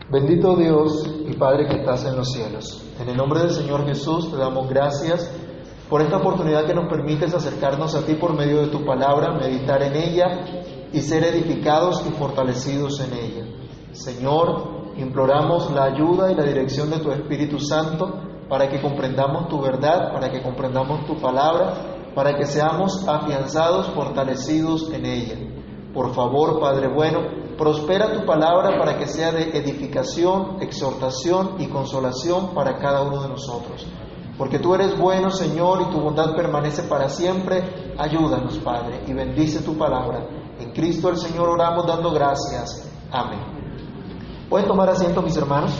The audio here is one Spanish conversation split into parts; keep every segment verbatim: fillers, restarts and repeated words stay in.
Bendito Dios y Padre que estás en los cielos. En el nombre del Señor Jesús te damos gracias por esta oportunidad que nos permites acercarnos a ti por medio de tu palabra, meditar en ella y ser edificados y fortalecidos en ella. Señor, imploramos la ayuda y la dirección de tu Espíritu Santo para que comprendamos tu verdad, para que comprendamos tu palabra, para que seamos afianzados, fortalecidos en ella. Por favor, Padre bueno, prospera tu palabra para que sea de edificación, exhortación y consolación para cada uno de nosotros. Porque tú eres bueno, Señor, y tu bondad permanece para siempre. Ayúdanos, Padre, y bendice tu palabra. En Cristo el Señor oramos dando gracias. Amén. ¿Pueden tomar asiento, mis hermanos?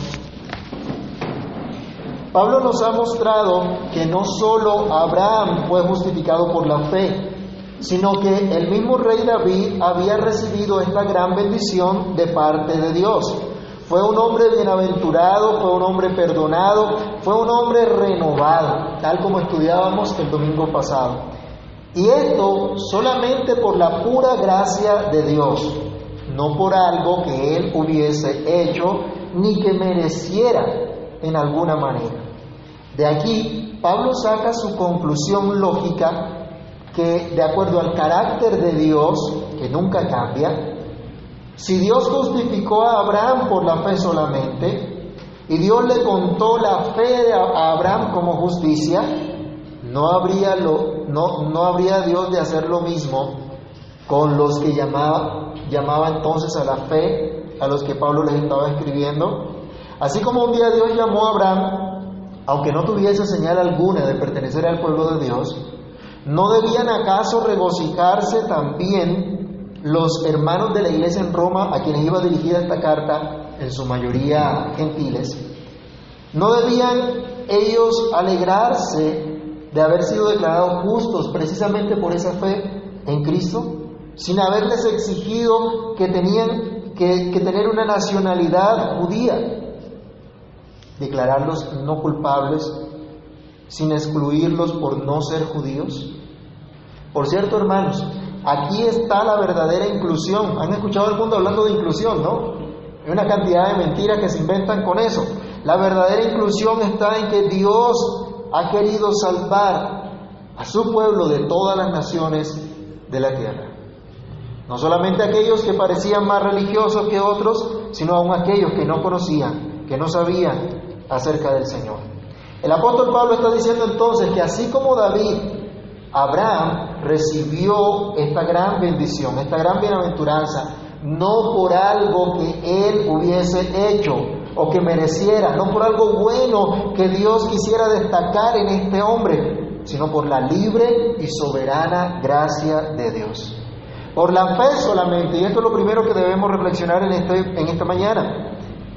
Pablo nos ha mostrado que no solo Abraham fue justificado por la fe, sino que el mismo rey David había recibido esta gran bendición de parte de Dios. Fue un hombre bienaventurado, fue un hombre perdonado, fue un hombre renovado, tal como estudiábamos el domingo pasado. Y esto solamente por la pura gracia de Dios, no por algo que él hubiese hecho ni que mereciera en alguna manera. De aquí, Pablo saca su conclusión lógica que, de acuerdo al carácter de Dios, que nunca cambia, si Dios justificó a Abraham por la fe solamente, y Dios le contó la fe de Abraham como justicia, no habría, lo, no, no habría Dios de hacer lo mismo con los que llamaba, llamaba entonces a la fe, a los que Pablo les estaba escribiendo. Así como un día Dios llamó a Abraham, aunque no tuviese señal alguna de pertenecer al pueblo de Dios, ¿no debían acaso regocijarse también los hermanos de la iglesia en Roma, a quienes iba dirigida esta carta, en su mayoría gentiles? ¿No debían ellos alegrarse de haber sido declarados justos precisamente por esa fe en Cristo, sin haberles exigido que tenían que, que tener una nacionalidad judía? Declararlos no culpables sin excluirlos por no ser judíos. Por cierto, hermanos, aquí está la verdadera inclusión. Han escuchado al mundo hablando de inclusión, ¿no? Hay una cantidad de mentiras que se inventan con eso. La verdadera inclusión está en que Dios ha querido salvar a su pueblo de todas las naciones de la tierra. No solamente aquellos que parecían más religiosos que otros, sino aún aquellos que no conocían, que no sabían acerca del Señor. El apóstol Pablo está diciendo entonces que así como David, Abraham recibió esta gran bendición, esta gran bienaventuranza, no por algo que él hubiese hecho o que mereciera, no por algo bueno que Dios quisiera destacar en este hombre, sino por la libre y soberana gracia de Dios. Por la fe solamente, y esto es lo primero que debemos reflexionar en, este, en esta mañana.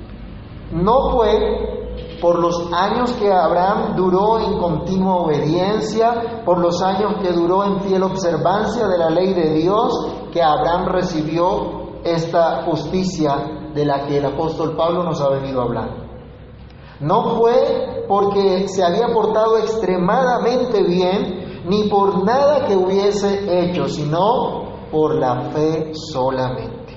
No fue por los años que Abraham duró en continua obediencia, por los años que duró en fiel observancia de la ley de Dios, que Abraham recibió esta justicia de la que el apóstol Pablo nos ha venido hablando. No fue porque se había portado extremadamente bien, ni por nada que hubiese hecho, sino por la fe solamente.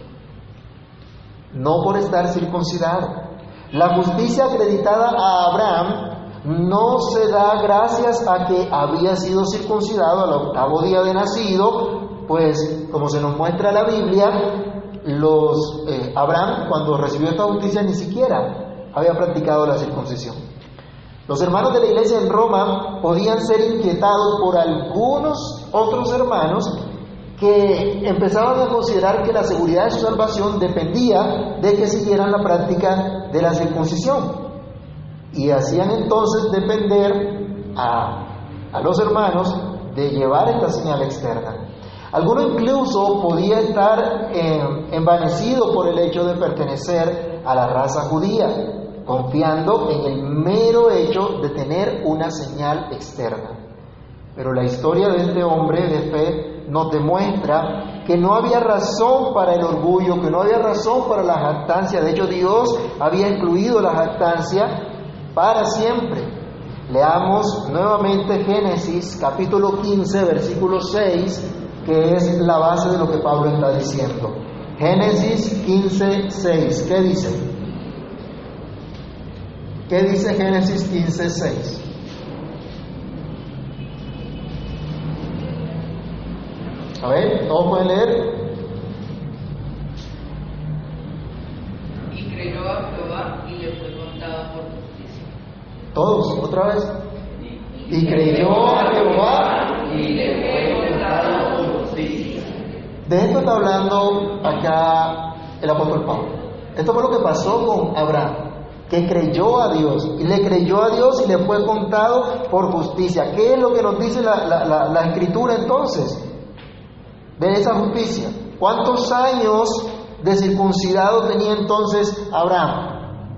No por estar circuncidado. La justicia acreditada a Abraham no se da gracias a que había sido circuncidado al octavo día de nacido, pues como se nos muestra la Biblia, los, eh, Abraham cuando recibió esta justicia ni siquiera había practicado la circuncisión. Los hermanos de la iglesia en Roma podían ser inquietados por algunos otros hermanos que empezaban a considerar que la seguridad de su salvación dependía de que siguieran la práctica de la circuncisión, y hacían entonces depender a, a los hermanos de llevar esta señal externa. Alguno incluso podía estar eh, envanecido por el hecho de pertenecer a la raza judía, confiando en el mero hecho de tener una señal externa. Pero la historia de este hombre de fe nos demuestra que no había razón para el orgullo, que no había razón para la jactancia. De hecho, Dios había incluido la jactancia para siempre. Leamos nuevamente Génesis capítulo quince, versículo seis, que es la base de lo que Pablo está diciendo. Génesis quince, seis, ¿qué dice? ¿Qué dice Génesis quince, seis? A ver, ¿todos pueden leer? Y creyó a Jehová y le fue contado por justicia. Todos, otra vez. Y creyó a Jehová y le fue contado por justicia. De esto está hablando acá el apóstol Pablo. Esto fue lo que pasó con Abraham, que creyó a Dios, y le creyó a Dios y le fue contado por justicia. ¿Qué es lo que nos dice la, la, la, la Escritura entonces de esa justicia? ¿Cuántos años de circuncidado tenía entonces Abraham?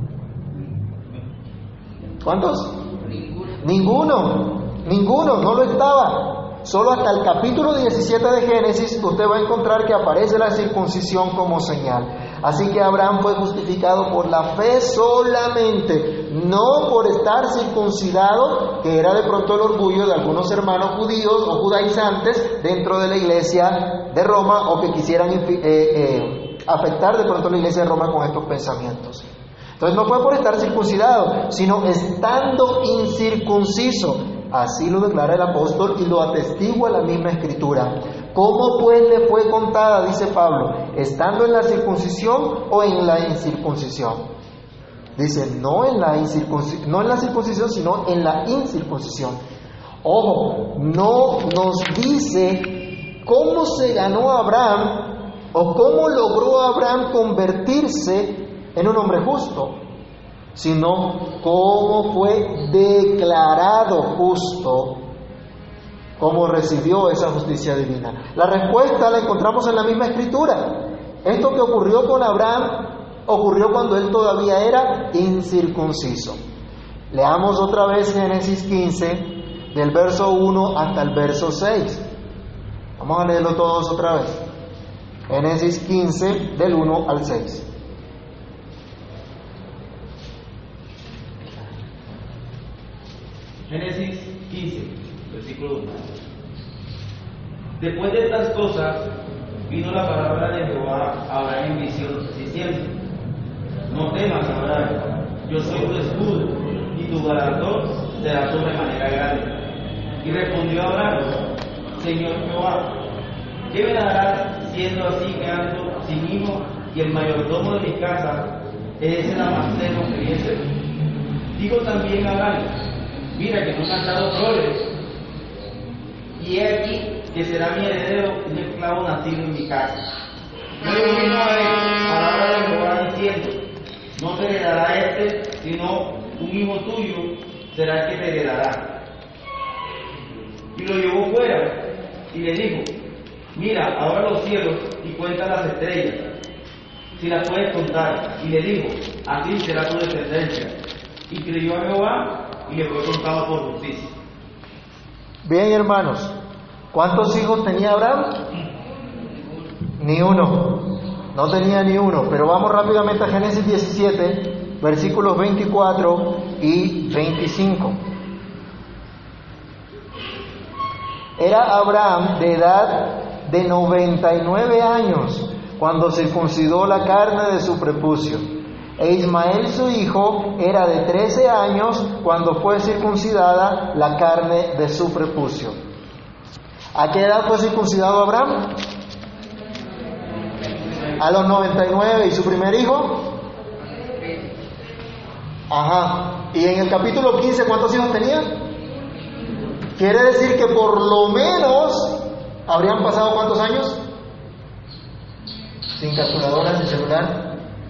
¿Cuántos? Ninguno, ninguno, no lo estaba. Solo hasta el capítulo diecisiete de Génesis usted va a encontrar que aparece la circuncisión como señal. Así que Abraham fue justificado por la fe solamente, no por estar circuncidado, que era de pronto el orgullo de algunos hermanos judíos o judaizantes dentro de la iglesia de Roma, o que quisieran eh, eh, afectar de pronto a la iglesia de Roma con estos pensamientos. Entonces no fue por estar circuncidado, sino estando incircunciso. Así lo declara el apóstol y lo atestigua la misma Escritura. ¿Cómo pues le fue contada, dice Pablo, estando en la circuncisión o en la incircuncisión? Dice, no en la incircuncisión, no en la circuncisión, sino en la incircuncisión. Ojo, no nos dice cómo se ganó Abraham o cómo logró Abraham convertirse en un hombre justo, sino cómo fue declarado justo, cómo recibió esa justicia divina. La respuesta la encontramos en la misma Escritura. Esto que ocurrió con Abraham ocurrió cuando él todavía era incircunciso. Leamos otra vez Génesis quince, del verso uno hasta el verso seis. Vamos a leerlo todos otra vez. Génesis quince, del uno al seis. Génesis quince, versículo uno. Después de estas cosas, vino la palabra de Jehová a Abraham en visión, diciendo: No temas, Abraham, yo soy tu escudo, y tu galardón será sobremanera grande. Y respondió Abraham: Señor Jehová, ¿qué me darás siendo así que ando sin hijo, y el mayordomo de mi casa es el amastero que viese? Digo también a Abraham: Mira que no me han dado flores, y he aquí que será mi heredero un esclavo nacido en mi casa. Luego vino a él palabra de Jehová diciendo: No te heredará este, sino un hijo tuyo será el que te heredará. Y lo llevó fuera y le dijo: Mira ahora los cielos y cuenta las estrellas, si las puedes contar. Y le dijo: Así será tu descendencia. Y creyó a Jehová y le fue contado por justicia. Bien, hermanos, ¿cuántos hijos tenía Abraham? Ni uno, no tenía ni uno. Pero vamos rápidamente a Génesis diecisiete, versículos veinticuatro y veinticinco. Era Abraham de edad de noventa y nueve años cuando circuncidó la carne de su prepucio, e Ismael su hijo era de trece años cuando fue circuncidada la carne de su prepucio. ¿A qué edad fue circuncidado Abraham? A los noventa y nueve. ¿Y su primer hijo? Ajá. ¿Y en el capítulo quince cuántos hijos tenía? Quiere decir que por lo menos habrían pasado ¿cuántos años? Sin calculadora, sin celular.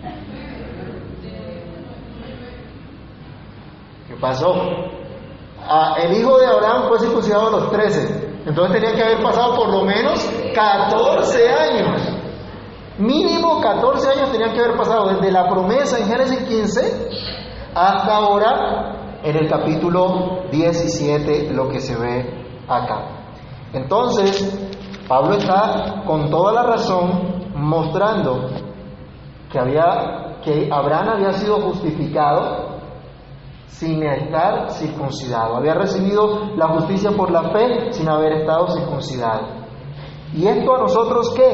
¿Qué pasó? Ah, el hijo de Abraham fue circuncidado a los trece. Entonces tenían que haber pasado por lo menos catorce años. Mínimo catorce años tenían que haber pasado desde la promesa en Génesis quince hasta ahora en el capítulo diecisiete, lo que se ve acá. Entonces, Pablo está con toda la razón mostrando que había que Abraham había sido justificado sin estar circuncidado. Había recibido la justicia por la fe sin haber estado circuncidado. ¿Y esto a nosotros qué?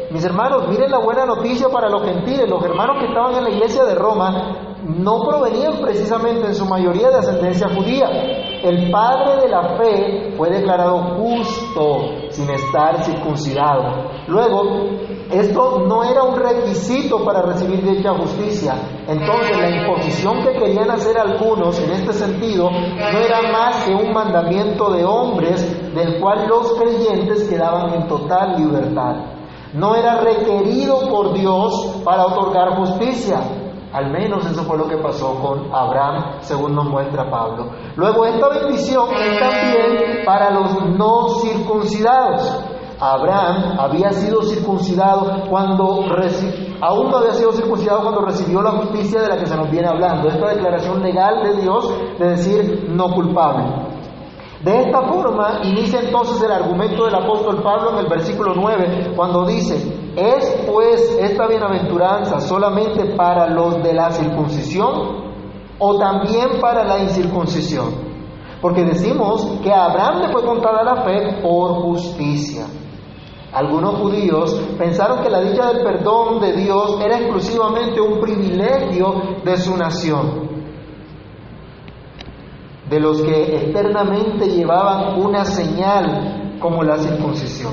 Mis hermanos, miren la buena noticia para los gentiles. Los hermanos que estaban en la iglesia de Roma no provenían precisamente en su mayoría de ascendencia judía. El padre de la fe fue declarado justo sin estar circuncidado. Luego, esto no era un requisito para recibir dicha justicia. Entonces, la imposición que querían hacer algunos en este sentido no era más que un mandamiento de hombres del cual los creyentes quedaban en total libertad. No era requerido por Dios para otorgar justicia. Al menos eso fue lo que pasó con Abraham, según nos muestra Pablo. Luego, esta bendición es también para los no circuncidados. Abraham había sido circuncidado cuando reci- aún no había sido circuncidado cuando recibió la justicia de la que se nos viene hablando, esta declaración legal de Dios de decir no culpable. De esta forma inicia entonces el argumento del apóstol Pablo en el versículo nueve, cuando dice: ¿es pues esta bienaventuranza solamente para los de la circuncisión o también para la incircuncisión? Porque decimos que a Abraham le fue contada la fe por justicia. Algunos judíos pensaron que la dicha del perdón de Dios era exclusivamente un privilegio de su nación, de los que externamente llevaban una señal como la circuncisión,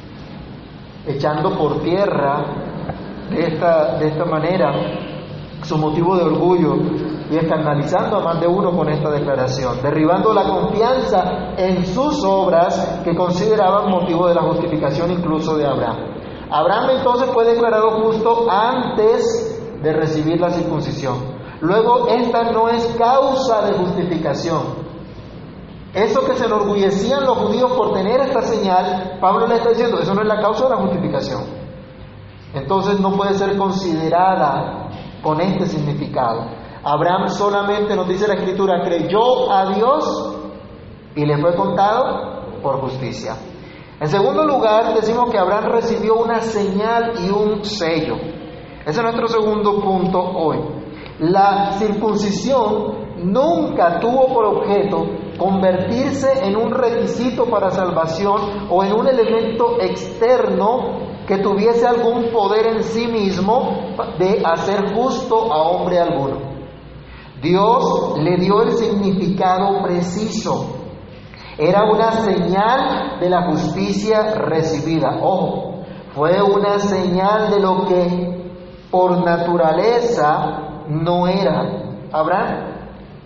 echando por tierra de esta, de esta manera su motivo de orgullo y escandalizando a más de uno con esta declaración, derribando la confianza en sus obras que consideraban motivo de la justificación incluso de Abraham. Abraham entonces fue declarado justo antes de recibir la circuncisión. Luego, esta no es causa de justificación. Eso que se enorgullecían los judíos por tener esta señal, Pablo le está diciendo, eso no es la causa de la justificación. Entonces no puede ser considerada con este significado. Abraham solamente, nos dice la Escritura, creyó a Dios y le fue contado por justicia. En segundo lugar, decimos que Abraham recibió una señal y un sello. Ese es nuestro segundo punto hoy. La circuncisión nunca tuvo por objeto convertirse en un requisito para salvación o en un elemento externo que tuviese algún poder en sí mismo de hacer justo a hombre alguno. Dios le dio el significado preciso. Era una señal de la justicia recibida. Ojo, fue una señal de lo que por naturaleza no era Abraham.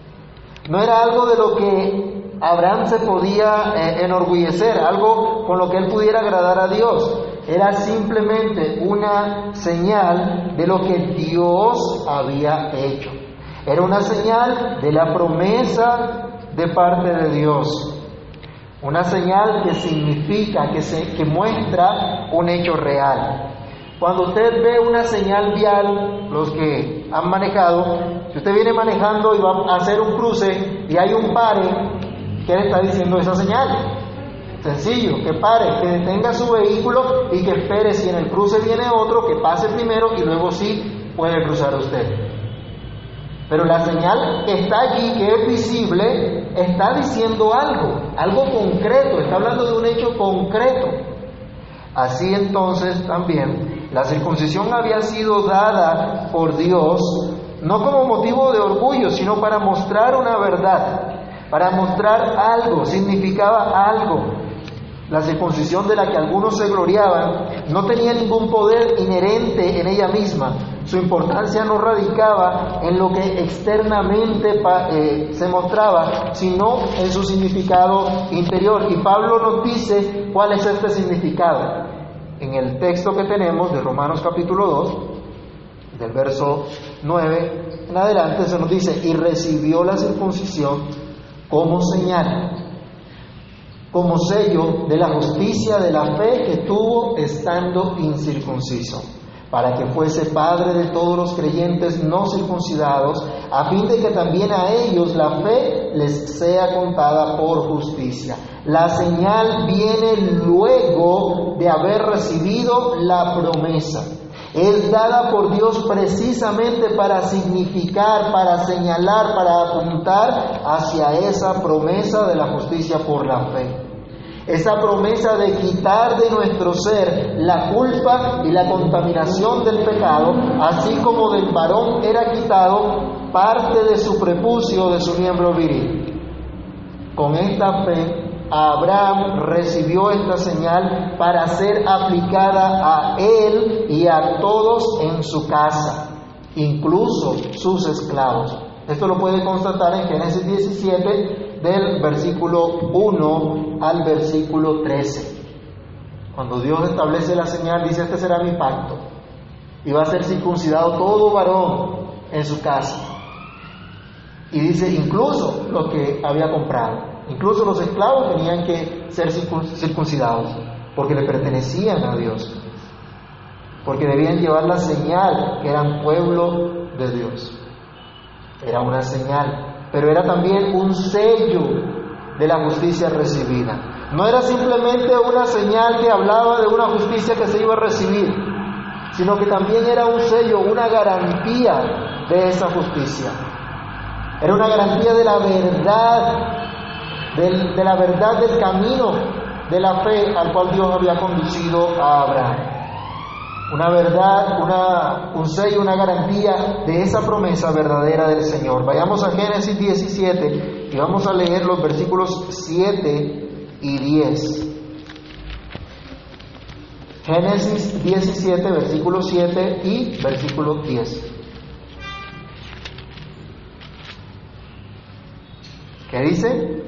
No era algo de lo que Abraham se podía eh, enorgullecer, algo con lo que él pudiera agradar a Dios. Era simplemente una señal de lo que Dios había hecho. Era una señal de la promesa de parte de Dios. Una señal que significa, que, se, que muestra un hecho real. Cuando usted ve una señal vial, los que han manejado, si usted viene manejando y va a hacer un cruce y hay un pare, ¿qué le está diciendo esa señal? Sencillo, que pare, que detenga su vehículo y que espere, si en el cruce viene otro, que pase primero y luego sí puede cruzar usted. Pero la señal que está allí, que es visible, está diciendo algo, algo concreto, está hablando de un hecho concreto. Así entonces también, la circuncisión había sido dada por Dios, no como motivo de orgullo, sino para mostrar una verdad, para mostrar algo, significaba algo. La circuncisión de la que algunos se gloriaban no tenía ningún poder inherente en ella misma. Su importancia no radicaba en lo que externamente eh, se mostraba, sino en su significado interior. Y Pablo nos dice cuál es este significado. En el texto que tenemos de Romanos capítulo dos, del verso nueve en adelante, se nos dice: y recibió la circuncisión como señal, como sello de la justicia de la fe que tuvo estando incircunciso, para que fuese padre de todos los creyentes no circuncidados, a fin de que también a ellos la fe les sea contada por justicia. La señal viene luego de haber recibido la promesa. Es dada por Dios precisamente para significar, para señalar, para apuntar hacia esa promesa de la justicia por la fe. Esa promesa de quitar de nuestro ser la culpa y la contaminación del pecado, así como del varón era quitado parte de su prepucio, de su miembro viril. Con esta fe, Abraham recibió esta señal para ser aplicada a él y a todos en su casa, incluso sus esclavos. Esto lo puede constatar en Génesis diecisiete, del versículo uno al versículo trece. Cuando Dios establece la señal, dice: este será mi pacto, y va a ser circuncidado todo varón en su casa. Y dice, incluso los que había comprado, incluso los esclavos tenían que ser circuncidados, porque le pertenecían a Dios, porque debían llevar la señal que eran pueblo de Dios. Era una señal, pero era también un sello de la justicia recibida. No era simplemente una señal que hablaba de una justicia que se iba a recibir, sino que también era un sello, una garantía de esa justicia. Era una garantía de la verdad, de, de la verdad del camino de la fe al cual Dios había conducido a Abraham. Una verdad, una, un sello, una garantía de esa promesa verdadera del Señor. Vayamos a Génesis diecisiete y vamos a leer los versículos siete y diez. Génesis diecisiete, versículo siete y versículo diez. ¿Qué dice?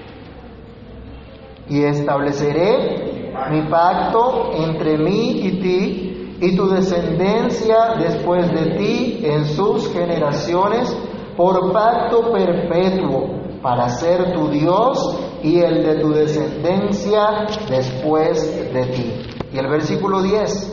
Y estableceré mi pacto entre mí y ti y tu descendencia después de ti en sus generaciones por pacto perpetuo, para ser tu Dios y el de tu descendencia después de ti. Y el versículo diez.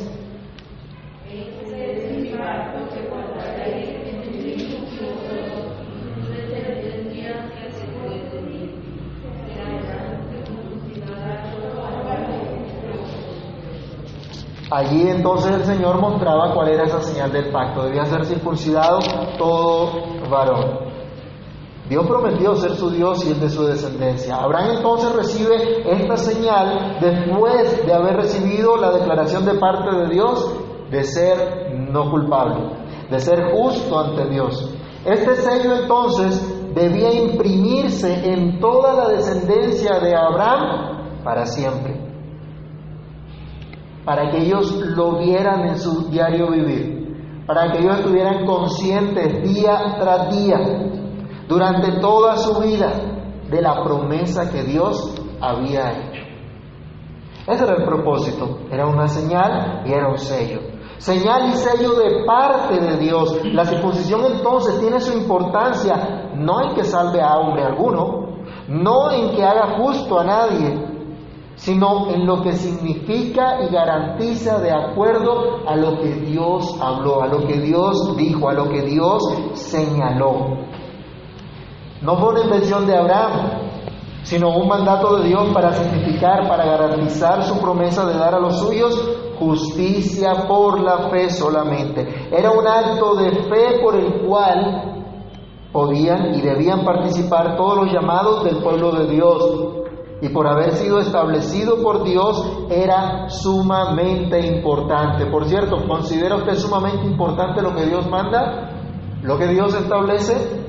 Allí entonces el Señor mostraba cuál era esa señal del pacto. Debía ser circuncidado todo varón. Dios prometió ser su Dios y el de su descendencia. Abraham entonces recibe esta señal después de haber recibido la declaración de parte de Dios de ser no culpable, de ser justo ante Dios. Este sello entonces debía imprimirse en toda la descendencia de Abraham para siempre, para que ellos lo vieran en su diario vivir, para que ellos estuvieran conscientes día tras día, durante toda su vida, de la promesa que Dios había hecho. Ese era el propósito, era una señal y era un sello. Señal y sello de parte de Dios. La circuncisión entonces tiene su importancia, no en que salve a hombre alguno, no en que haga justo a nadie, sino en lo que significa y garantiza de acuerdo a lo que Dios habló, a lo que Dios dijo, a lo que Dios señaló. No fue una invención de Abraham, sino un mandato de Dios para significar, para garantizar su promesa de dar a los suyos justicia por la fe solamente. Era un acto de fe por el cual podían y debían participar todos los llamados del pueblo de Dios. Y por haber sido establecido por Dios, era sumamente importante. Por cierto, ¿considera usted sumamente importante lo que Dios manda? ¿Lo que Dios establece?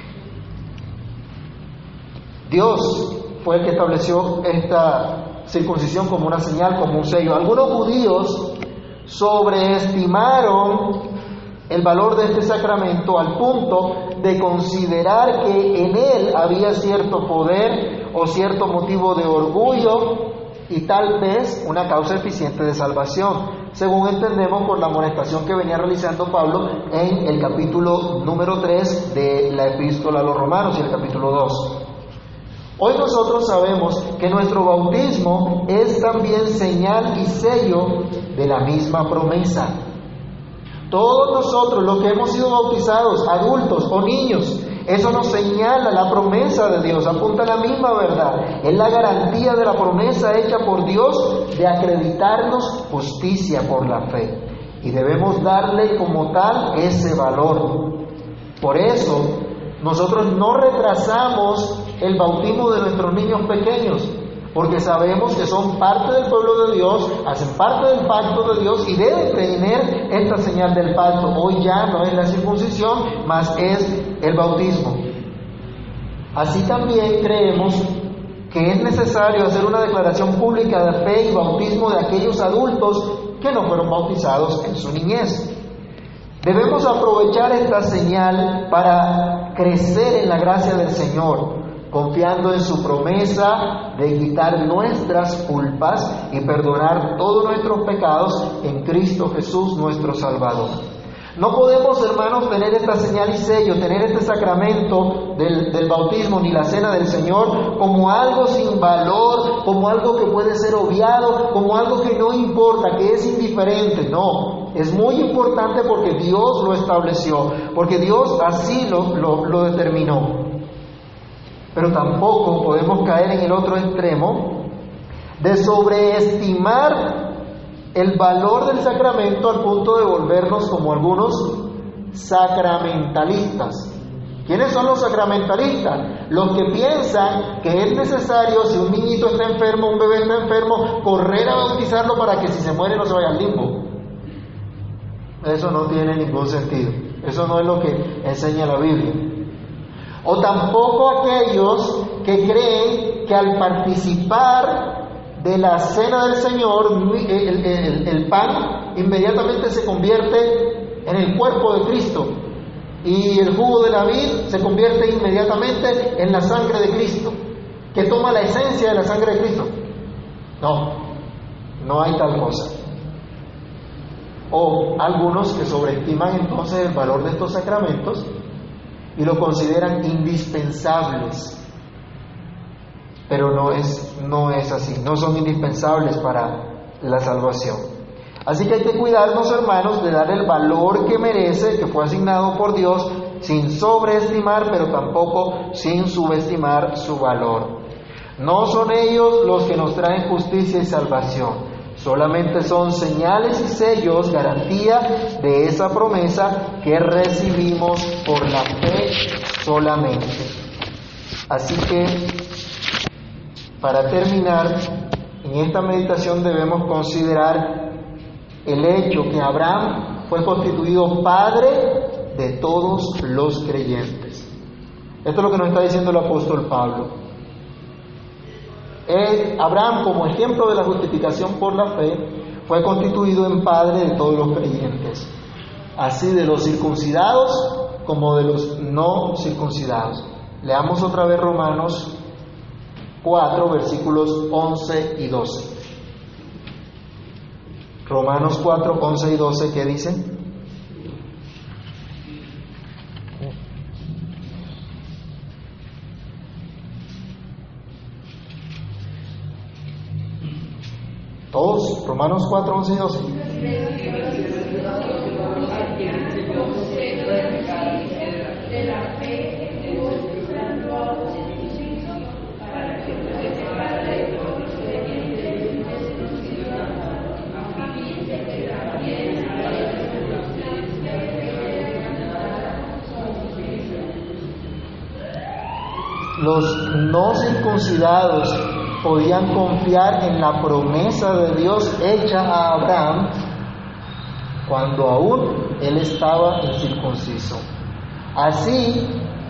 Dios fue el que estableció esta circuncisión como una señal, como un sello. Algunos judíos sobreestimaron el valor de este sacramento al punto de considerar que en él había cierto poder o cierto motivo de orgullo y tal vez una causa eficiente de salvación, según entendemos por la amonestación que venía realizando Pablo en el capítulo número tres de la Epístola a los Romanos y el capítulo dos. Hoy nosotros sabemos que nuestro bautismo es también señal y sello de la misma promesa. Todos nosotros, los que hemos sido bautizados, adultos o niños, eso nos señala la promesa de Dios, apunta a la misma verdad. Es la garantía de la promesa hecha por Dios de acreditarnos justicia por la fe. Y debemos darle como tal ese valor. Por eso, nosotros no retrasamos el bautismo de nuestros niños pequeños, porque sabemos que son parte del pueblo de Dios, hacen parte del pacto de Dios y deben tener esta señal del pacto. Hoy ya no es la circuncisión, mas es el bautismo. Así también creemos que es necesario hacer una declaración pública de fe y bautismo de aquellos adultos que no fueron bautizados en su niñez. Debemos aprovechar esta señal para crecer en la gracia del Señor, confiando en su promesa de quitar nuestras culpas y perdonar todos nuestros pecados en Cristo Jesús nuestro Salvador. No podemos, hermanos, tener esta señal y sello, tener este sacramento del, del bautismo ni la cena del Señor como algo sin valor, como algo que puede ser obviado, como algo que no importa, que es indiferente. No, es muy importante porque Dios lo estableció, porque Dios así lo, lo, lo determinó. Pero tampoco podemos caer en el otro extremo de sobreestimar el valor del sacramento al punto de volvernos como algunos sacramentalistas. ¿Quiénes son los sacramentalistas? Los que piensan que es necesario, si un niñito está enfermo, un bebé está enfermo, correr a bautizarlo para que si se muere no se vaya al limbo. Eso no tiene ningún sentido. Eso no es lo que enseña la Biblia. O tampoco aquellos que creen que al participar de la cena del Señor, el, el, el pan inmediatamente se convierte en el cuerpo de Cristo y el jugo de la vid se convierte inmediatamente en la sangre de Cristo, que toma la esencia de la sangre de Cristo. No, no hay tal cosa. O algunos que sobreestiman entonces el valor de estos sacramentos y lo consideran indispensables. Pero no es, no es así, no son indispensables para la salvación. Así que hay que cuidarnos, hermanos, de dar el valor que merece, que fue asignado por Dios, sin sobreestimar, pero tampoco sin subestimar su valor. No son ellos los que nos traen justicia y salvación, solamente son señales y sellos, garantía de esa promesa que recibimos por la fe solamente. Así que, para terminar, en esta meditación debemos considerar el hecho que Abraham fue constituido padre de todos los creyentes. Esto es lo que nos está diciendo el apóstol Pablo. Él, Abraham, como ejemplo de la justificación por la fe, fue constituido en padre de todos los creyentes, así de los circuncidados como de los no circuncidados. Leamos otra vez Romanos cuatro, versículos once y doce. Romanos cuatro, once y doce, ¿qué dicen? Todos, Romanos cuatro, once y doce. Los no circuncidados podían confiar en la promesa de Dios hecha a Abraham cuando aún él estaba incircunciso. Así,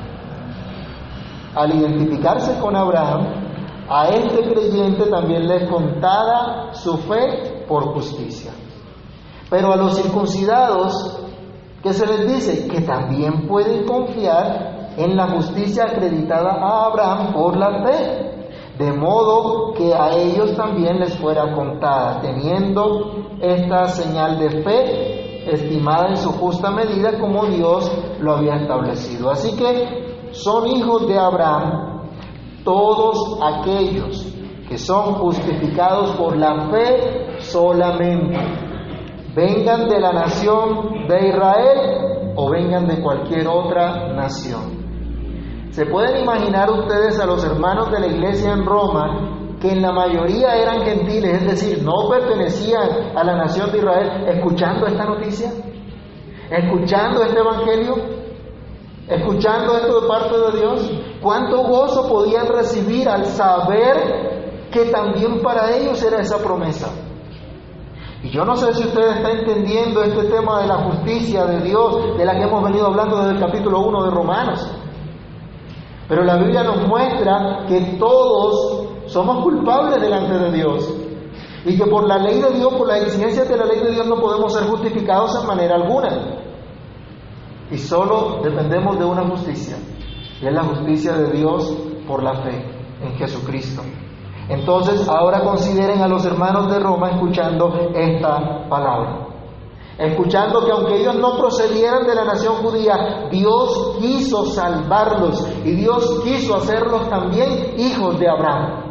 al identificarse con Abraham, a este creyente también le es contada su fe por justicia. Pero a los circuncidados, ¿qué se les dice? Que también pueden confiar en la justicia acreditada a Abraham por la fe, de modo que a ellos también les fuera contada, teniendo esta señal de fe estimada en su justa medida como Dios lo había establecido. Así que son hijos de Abraham todos aquellos que son justificados por la fe solamente, vengan de la nación de Israel o vengan de cualquier otra nación. ¿Se pueden imaginar ustedes a los hermanos de la iglesia en Roma, que en la mayoría eran gentiles, es decir, no pertenecían a la nación de Israel, escuchando esta noticia? ¿Escuchando este evangelio? ¿Escuchando esto de parte de Dios? ¿Cuánto gozo podían recibir al saber que también para ellos era esa promesa. Y yo no sé si usted está entendiendo este tema de la justicia de Dios, de la que hemos venido hablando desde el capítulo uno de Romanos. Pero la Biblia nos muestra que todos somos culpables delante de Dios. Y que por la ley de Dios, por las exigencias de la ley de Dios, no podemos ser justificados en manera alguna. Y solo dependemos de una justicia. Y es la justicia de Dios por la fe en Jesucristo. Entonces, ahora consideren a los hermanos de Roma escuchando esta palabra. Escuchando que aunque ellos no procedieran de la nación judía, Dios quiso salvarlos y Dios quiso hacerlos también hijos de Abraham.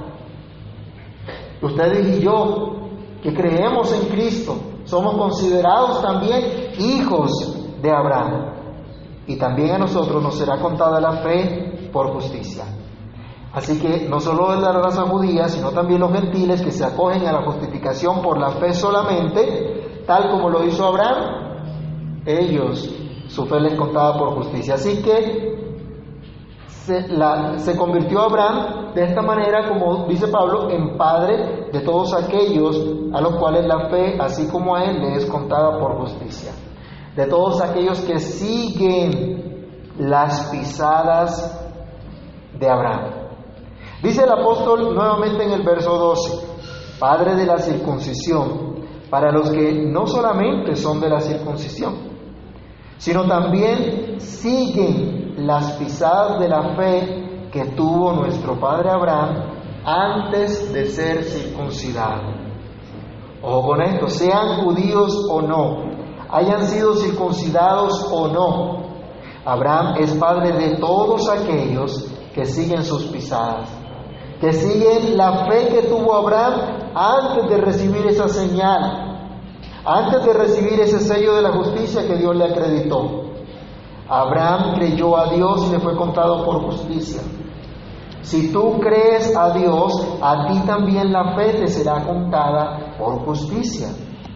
Ustedes y yo, que creemos en Cristo, somos considerados también hijos de Abraham. Y también a nosotros nos será contada la fe por justicia. Así que no solo es la raza judía, sino también los gentiles que se acogen a la justificación por la fe solamente, tal como lo hizo Abraham, ellos, su fe les contaba por justicia. Así que se, la, se convirtió Abraham de esta manera, como dice Pablo, en padre de todos aquellos a los cuales la fe, así como a él, le es contada por justicia. De todos aquellos que siguen las pisadas de Abraham. Dice el apóstol nuevamente en el verso doce, Padre de la circuncisión, para los que no solamente son de la circuncisión, sino también siguen las pisadas de la fe que tuvo nuestro padre Abraham antes de ser circuncidado. Ojo con esto, sean judíos o no, hayan sido circuncidados o no, Abraham es padre de todos aquellos que siguen sus pisadas, que siguen la fe que tuvo Abraham antes de recibir esa señal, antes de recibir ese sello de la justicia que Dios le acreditó. Abraham creyó a Dios y le fue contado por justicia. Si tú crees a Dios, a ti también la fe te será contada por justicia.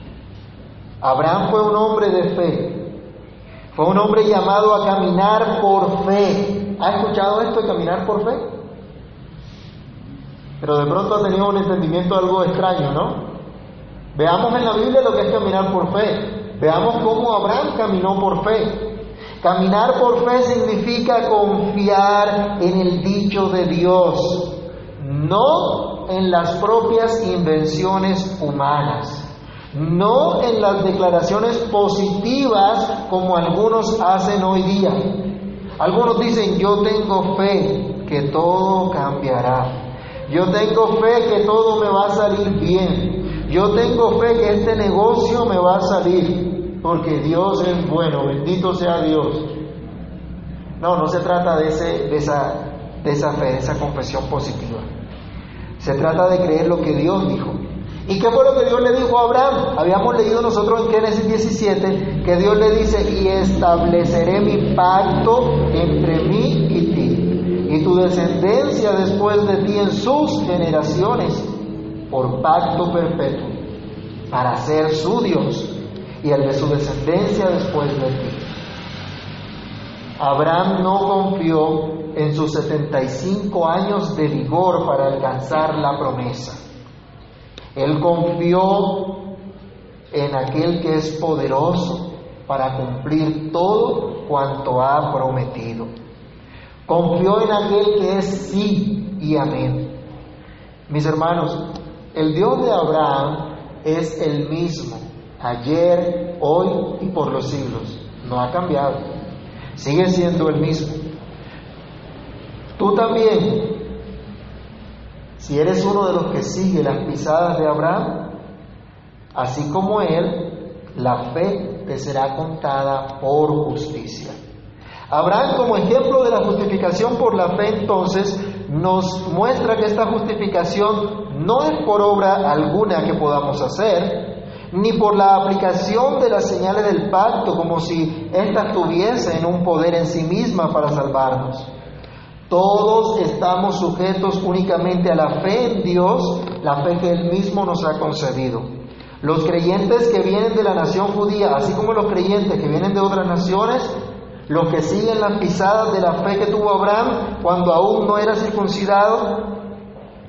Abraham fue un hombre de fe, fue un hombre llamado a caminar por fe. ¿Ha escuchado esto de caminar por fe? Pero de pronto ha tenido un entendimiento algo extraño, ¿no? Veamos en la Biblia lo que es caminar por fe. Veamos cómo Abraham caminó por fe. Caminar por fe significa confiar en el dicho de Dios, no en las propias invenciones humanas, no en las declaraciones positivas como algunos hacen hoy día. Algunos dicen, yo tengo fe que todo cambiará. Yo tengo fe que todo me va a salir bien. Yo tengo fe que este negocio me va a salir, porque Dios es bueno, bendito sea Dios. No, no se trata de, ese, de, esa, de esa fe, de esa confesión positiva. Se trata de creer lo que Dios dijo. ¿Y qué fue lo que Dios le dijo a Abraham? Habíamos leído nosotros en Génesis diecisiete que Dios le dice, y estableceré mi pacto entre mí y ti, y tu descendencia después de ti en sus generaciones, por pacto perpetuo, para ser su Dios y el de su descendencia después de ti. Abraham no confió en sus setenta y cinco años de vigor para alcanzar la promesa. Él confió en aquel que es poderoso para cumplir todo cuanto ha prometido. Confió en aquel que es sí y amén. Mis hermanos, el Dios de Abraham es el mismo, ayer, hoy y por los siglos. No ha cambiado. Sigue siendo el mismo. Tú también, si eres uno de los que sigue las pisadas de Abraham, así como él, la fe te será contada por justicia. Abraham, como ejemplo de la justificación por la fe, entonces, nos muestra que esta justificación no es por obra alguna que podamos hacer, ni por la aplicación de las señales del pacto, como si éstas tuviesen un poder en sí misma para salvarnos. Todos estamos sujetos únicamente a la fe en Dios, la fe que Él mismo nos ha concedido. Los creyentes que vienen de la nación judía, así como los creyentes que vienen de otras naciones, los que siguen las pisadas de la fe que tuvo Abraham cuando aún no era circuncidado,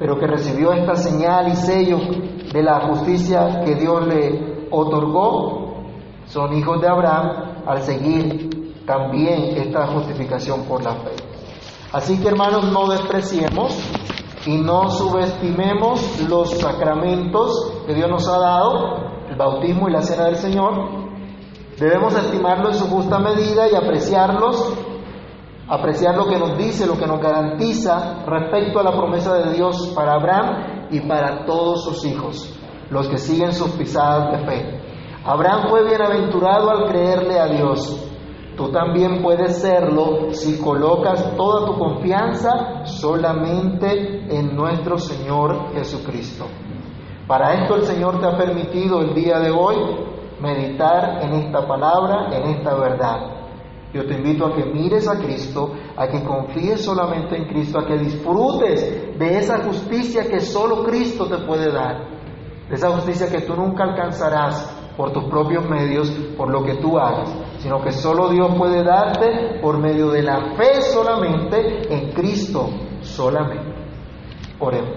pero que recibió esta señal y sello de la justicia que Dios le otorgó, son hijos de Abraham al seguir también esta justificación por la fe. Así que, hermanos, no despreciemos y no subestimemos los sacramentos que Dios nos ha dado, el bautismo y la cena del Señor. Debemos estimarlos en su justa medida y apreciarlos, apreciar lo que nos dice, lo que nos garantiza respecto a la promesa de Dios para Abraham y para todos sus hijos, los que siguen sus pisadas de fe. Abraham fue bienaventurado al creerle a Dios. Tú también puedes serlo si colocas toda tu confianza solamente en nuestro Señor Jesucristo. Para esto el Señor te ha permitido el día de hoy meditar en esta palabra, en esta verdad. Yo te invito a que mires a Cristo, a que confíes solamente en Cristo, a que disfrutes de esa justicia que solo Cristo te puede dar, de esa justicia que tú nunca alcanzarás por tus propios medios, por lo que tú hagas, sino que solo Dios puede darte por medio de la fe solamente en Cristo solamente. Oremos.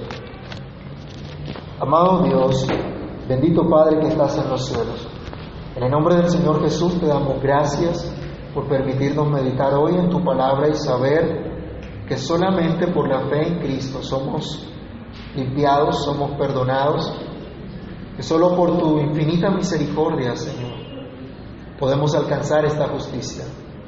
Amado Dios, bendito Padre que estás en los cielos, en el nombre del Señor Jesús te damos gracias por permitirnos meditar hoy en tu palabra y saber que solamente por la fe en Cristo somos limpiados, somos perdonados, que solo por tu infinita misericordia, Señor, podemos alcanzar esta justicia.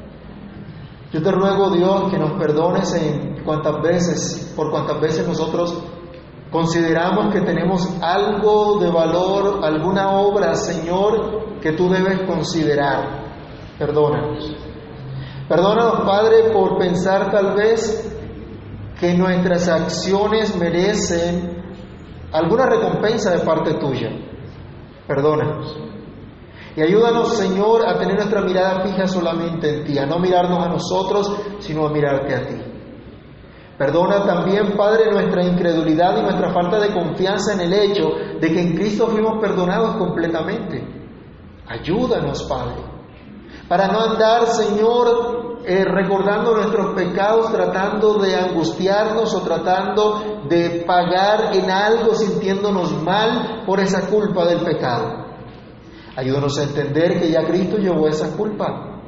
Yo te ruego, Dios, que nos perdones en cuantas veces, por cuantas veces nosotros consideramos que tenemos algo de valor, alguna obra, Señor, que tú debes considerar. Perdónanos. Perdónanos, Padre, por pensar tal vez que nuestras acciones merecen alguna recompensa de parte tuya. Perdónanos. Y ayúdanos, Señor, a tener nuestra mirada fija solamente en ti, a no mirarnos a nosotros, sino a mirarte a ti. Perdona también, Padre, nuestra incredulidad y nuestra falta de confianza en el hecho de que en Cristo fuimos perdonados completamente. Ayúdanos, Padre, para no andar, Señor, eh, recordando nuestros pecados, tratando de angustiarnos o tratando de pagar en algo, sintiéndonos mal por esa culpa del pecado. Ayúdanos a entender que ya Cristo llevó esa culpa,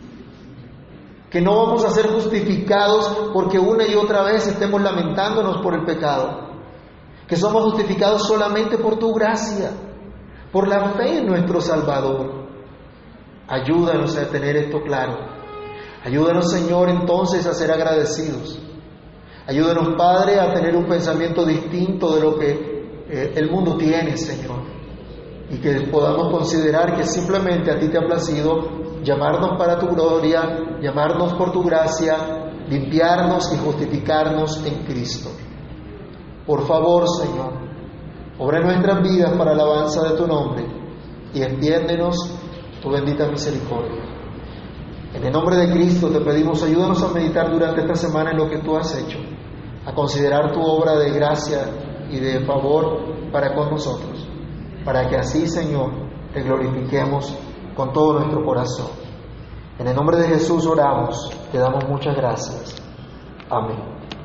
que no vamos a ser justificados porque una y otra vez estemos lamentándonos por el pecado, que somos justificados solamente por tu gracia, por la fe en nuestro Salvador. Ayúdanos a tener esto claro. Ayúdanos, Señor, entonces a ser agradecidos. Ayúdanos, Padre, a tener un pensamiento distinto de lo que eh, el mundo tiene, Señor, y que podamos considerar que simplemente a ti te ha placido llamarnos para tu gloria, llamarnos por tu gracia, limpiarnos y justificarnos en Cristo. Por favor, Señor, obra en nuestras vidas para la alabanza de tu nombre y extiéndenos tu bendita misericordia. En el nombre de Cristo te pedimos, ayúdanos a meditar durante esta semana en lo que tú has hecho, a considerar tu obra de gracia y de favor para con nosotros, para que así, Señor, te glorifiquemos con todo nuestro corazón. En el nombre de Jesús oramos, te damos muchas gracias. Amén.